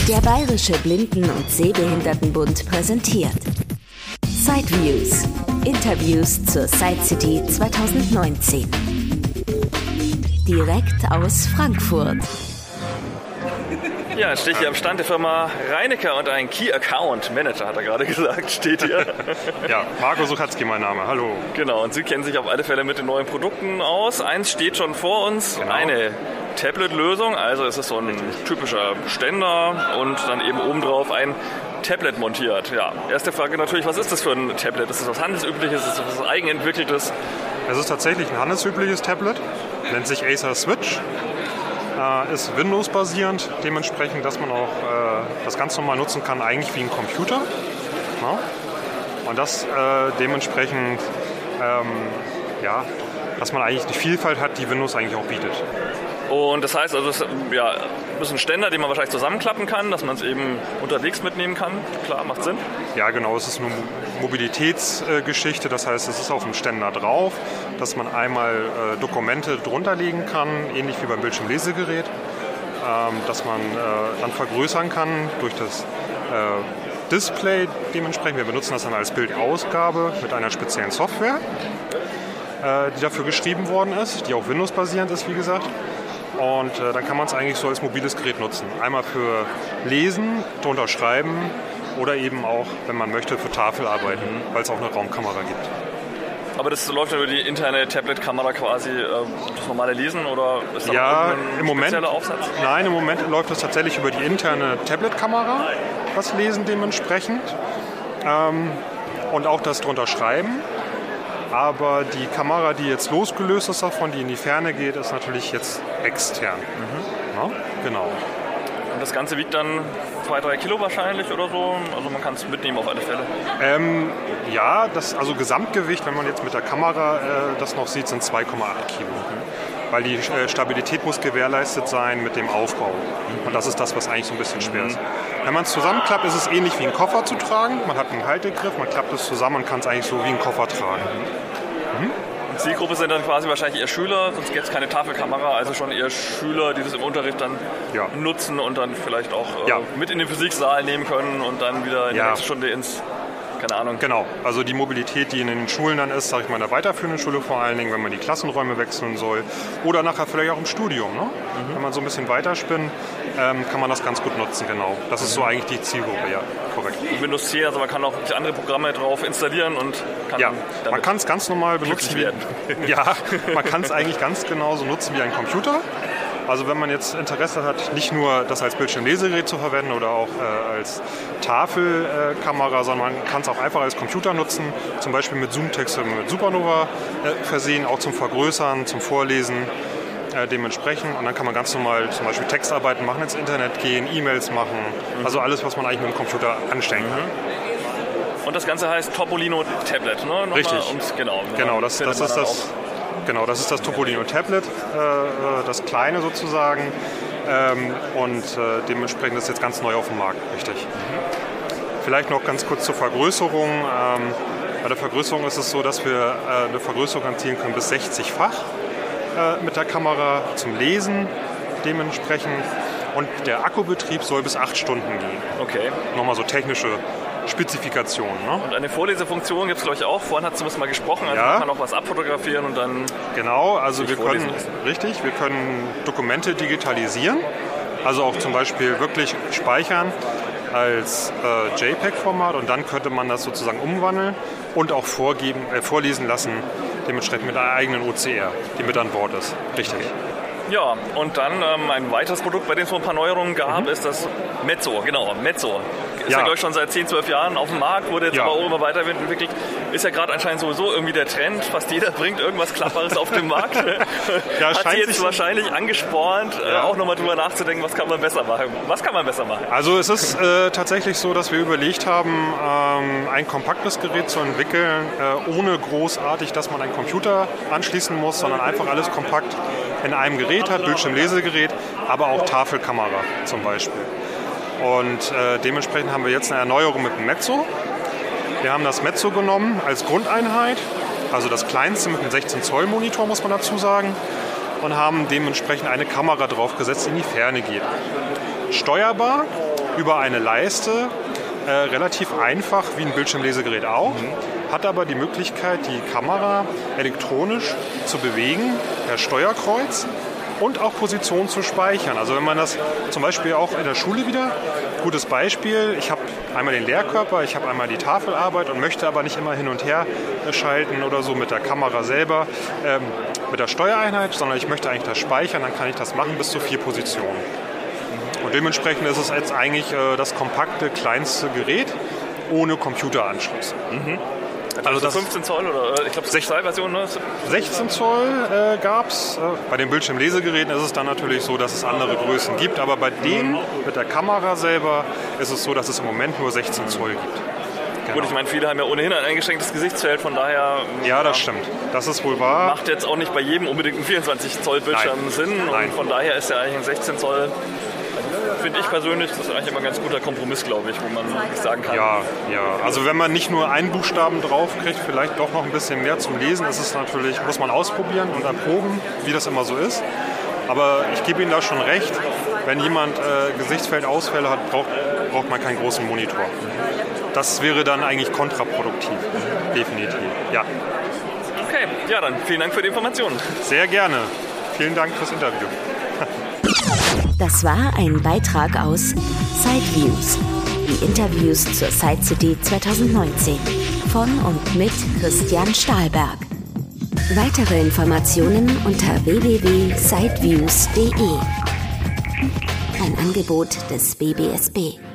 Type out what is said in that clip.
Der Bayerische Blinden- und Sehbehindertenbund präsentiert Sideviews. Interviews zur Sidecity 2019. Direkt aus Frankfurt. Ja, jetzt stehe ich hier am Stand der Firma Reinecker und ein Key Account Manager, hat er gerade gesagt, steht hier. Ja, Marco Suchatzky mein Name, hallo. Genau, und Sie kennen sich auf alle Fälle mit den neuen Produkten aus. Eins steht schon vor uns, genau. Eine Tablet-Lösung, also es ist so ein typischer Ständer und dann eben obendrauf ein Tablet montiert. Ja, erste Frage natürlich, was ist das für ein Tablet? Ist das was Handelsübliches, ist das was Eigenentwickeltes? Es ist tatsächlich ein handelsübliches Tablet, nennt sich Acer Switch. Ist Windows-basierend, dementsprechend, dass man auch das ganz normal nutzen kann, eigentlich wie ein Computer. Ja? Und das dementsprechend, dass man eigentlich die Vielfalt hat, die Windows eigentlich auch bietet. Und das heißt, also das ist ein Ständer, den man wahrscheinlich zusammenklappen kann, dass man es eben unterwegs mitnehmen kann. Klar, macht Sinn. Ja, genau, es ist eine Mobilitätsgeschichte, das heißt, es ist auf dem Ständer drauf, dass man einmal Dokumente drunter legen kann, ähnlich wie beim Bildschirmlesegerät, dass man dann vergrößern kann durch das Display dementsprechend. Wir benutzen das dann als Bildausgabe mit einer speziellen Software, die dafür geschrieben worden ist, die auch Windows-basierend ist, wie gesagt. Und dann kann man es eigentlich so als mobiles Gerät nutzen. Einmal für Lesen, drunter schreiben oder eben auch, wenn man möchte, für Tafelarbeiten, weil es auch eine Raumkamera gibt. Aber das läuft ja über die interne Tablet-Kamera quasi, das normale Lesen oder ist da im Moment, spezieller Aufsatz? Nein, im Moment läuft das tatsächlich über die interne Tablet-Kamera, das Lesen dementsprechend und auch das drunter schreiben. Aber die Kamera, die jetzt losgelöst ist davon, die in die Ferne geht, ist natürlich jetzt extern. Ja, genau. Und das Ganze wiegt dann 2-3 Kilo wahrscheinlich oder so? Also man kann es mitnehmen auf alle Fälle. Ja, also Gesamtgewicht, wenn man jetzt mit der Kamera das noch sieht, sind 2,8 Kilo. Weil die Stabilität muss gewährleistet sein mit dem Aufbau. Und das ist das, was eigentlich so ein bisschen schwer ist. Wenn man es zusammenklappt, ist es ähnlich wie ein Koffer zu tragen. Man hat einen Haltegriff, man klappt es zusammen und kann es eigentlich so wie ein Koffer tragen. Die Zielgruppe sind dann quasi wahrscheinlich eher Schüler, sonst gibt es keine Tafelkamera, also schon eher Schüler, die das im Unterricht dann nutzen und dann vielleicht auch mit in den Physiksaal nehmen können und dann wieder in der nächsten Stunde keine Ahnung. Genau, also die Mobilität, die in den Schulen dann ist, sage ich mal in der weiterführenden Schule vor allen Dingen, wenn man die Klassenräume wechseln soll oder nachher vielleicht auch im Studium. Ne? Wenn man so ein bisschen weiterspinnt, kann man das ganz gut nutzen, genau. Das ist so eigentlich die Zielgruppe, ja, korrekt. Windows 10, also man kann auch andere Programme drauf installieren und kann man kann es ganz normal benutzen. Man kann es eigentlich ganz genauso nutzen wie ein Computer. Also wenn man jetzt Interesse hat, nicht nur das als Bildschirmlesegerät zu verwenden oder auch als Tafelkamera, sondern man kann es auch einfach als Computer nutzen, zum Beispiel mit Zoom-Text oder mit Supernova versehen, auch zum Vergrößern, zum Vorlesen dementsprechend. Und dann kann man ganz normal zum Beispiel Textarbeiten machen, ins Internet gehen, E-Mails machen, also alles, was man eigentlich mit dem Computer anstellen kann. Und das Ganze heißt Topolino Tablet, ne? Richtig. Genau, das ist das Topolino Tablet, das kleine sozusagen. Und dementsprechend ist jetzt ganz neu auf dem Markt, richtig. Vielleicht noch ganz kurz zur Vergrößerung. Bei der Vergrößerung ist es so, dass wir eine Vergrößerung erzielen können bis 60-fach mit der Kamera zum Lesen dementsprechend. Und der Akkubetrieb soll bis 8 Stunden gehen. Okay. Nochmal so technische Spezifikationen. Ne? Und eine Vorlesefunktion gibt es, glaube ich, auch. Vorhin hat zumindest mal gesprochen, also man kann auch was abfotografieren und dann... Genau, also wir können Dokumente digitalisieren, also auch zum Beispiel wirklich speichern als JPEG-Format und dann könnte man das sozusagen umwandeln und auch vorlesen lassen, dementsprechend mit einer eigenen OCR, die mit an Bord ist. Richtig. Okay. Ja, und dann ein weiteres Produkt, bei dem es so ein paar Neuerungen gab, ist das Mezzo. Genau, Mezzo. Ist ja, glaube ich, schon seit 10, 12 Jahren auf dem Markt, wurde jetzt aber auch immer weiterentwickelt. Ist ja gerade anscheinend sowieso irgendwie der Trend. Fast jeder bringt irgendwas Klappbares auf den Markt. Hat sie jetzt wahrscheinlich angespornt, auch nochmal drüber nachzudenken, was kann man besser machen. Was kann man besser machen? Also es ist tatsächlich so, dass wir überlegt haben, ein kompaktes Gerät zu entwickeln, ohne großartig, dass man einen Computer anschließen muss, sondern einfach alles kompakt in einem Gerät hat, Bildschirmlesegerät, aber auch Tafelkamera zum Beispiel. Und dementsprechend haben wir jetzt eine Erneuerung mit dem Mezzo. Wir haben das Mezzo genommen als Grundeinheit, also das kleinste mit einem 16-Zoll-Monitor, muss man dazu sagen, und haben dementsprechend eine Kamera draufgesetzt, die in die Ferne geht. Steuerbar über eine Leiste, relativ einfach wie ein Bildschirmlesegerät auch, hat aber die Möglichkeit, die Kamera elektronisch zu bewegen per Steuerkreuz und auch Position zu speichern. Also wenn man das zum Beispiel auch in der Schule wieder, gutes Beispiel, ich habe einmal den Lehrkörper, ich habe einmal die Tafelarbeit und möchte aber nicht immer hin und her schalten oder so mit der Kamera selber, mit der Steuereinheit, sondern ich möchte eigentlich das speichern, dann kann ich das machen bis zu 4 Positionen. Und dementsprechend ist es jetzt eigentlich das kompakte, kleinste Gerät ohne Computeranschluss. Also das 15 Zoll oder ich glaube 16 Versionen, ne? 16 Zoll gab es. Bei den Bildschirmlesegeräten ist es dann natürlich so, dass es andere Größen gibt. Aber bei denen mit der Kamera selber ist es so, dass es im Moment nur 16 Zoll gibt. Genau. Gut, ich meine, viele haben ja ohnehin ein eingeschränktes Gesichtsfeld, von daher... Ja, das stimmt. Das ist wohl wahr. Macht jetzt auch nicht bei jedem unbedingt ein 24 Zoll Bildschirm Sinn. Nein. Und von daher ist ja eigentlich ein 16 Zoll... Finde ich persönlich, das ist eigentlich immer ein ganz guter Kompromiss, glaube ich, wo man sagen kann. Ja. Also wenn man nicht nur einen Buchstaben draufkriegt, vielleicht doch noch ein bisschen mehr zum Lesen, ist es natürlich, muss man ausprobieren und erproben, wie das immer so ist. Aber ich gebe Ihnen da schon recht, wenn jemand Gesichtsfeldausfälle hat, braucht man keinen großen Monitor. Das wäre dann eigentlich kontraproduktiv, definitiv, ja. Okay, ja dann, vielen Dank für die Informationen. Sehr gerne. Vielen Dank fürs Interview. Das war ein Beitrag aus Sideviews, die Interviews zur Side City 2019 von und mit Christian Stahlberg. Weitere Informationen unter www.sideviews.de. Ein Angebot des BBSB.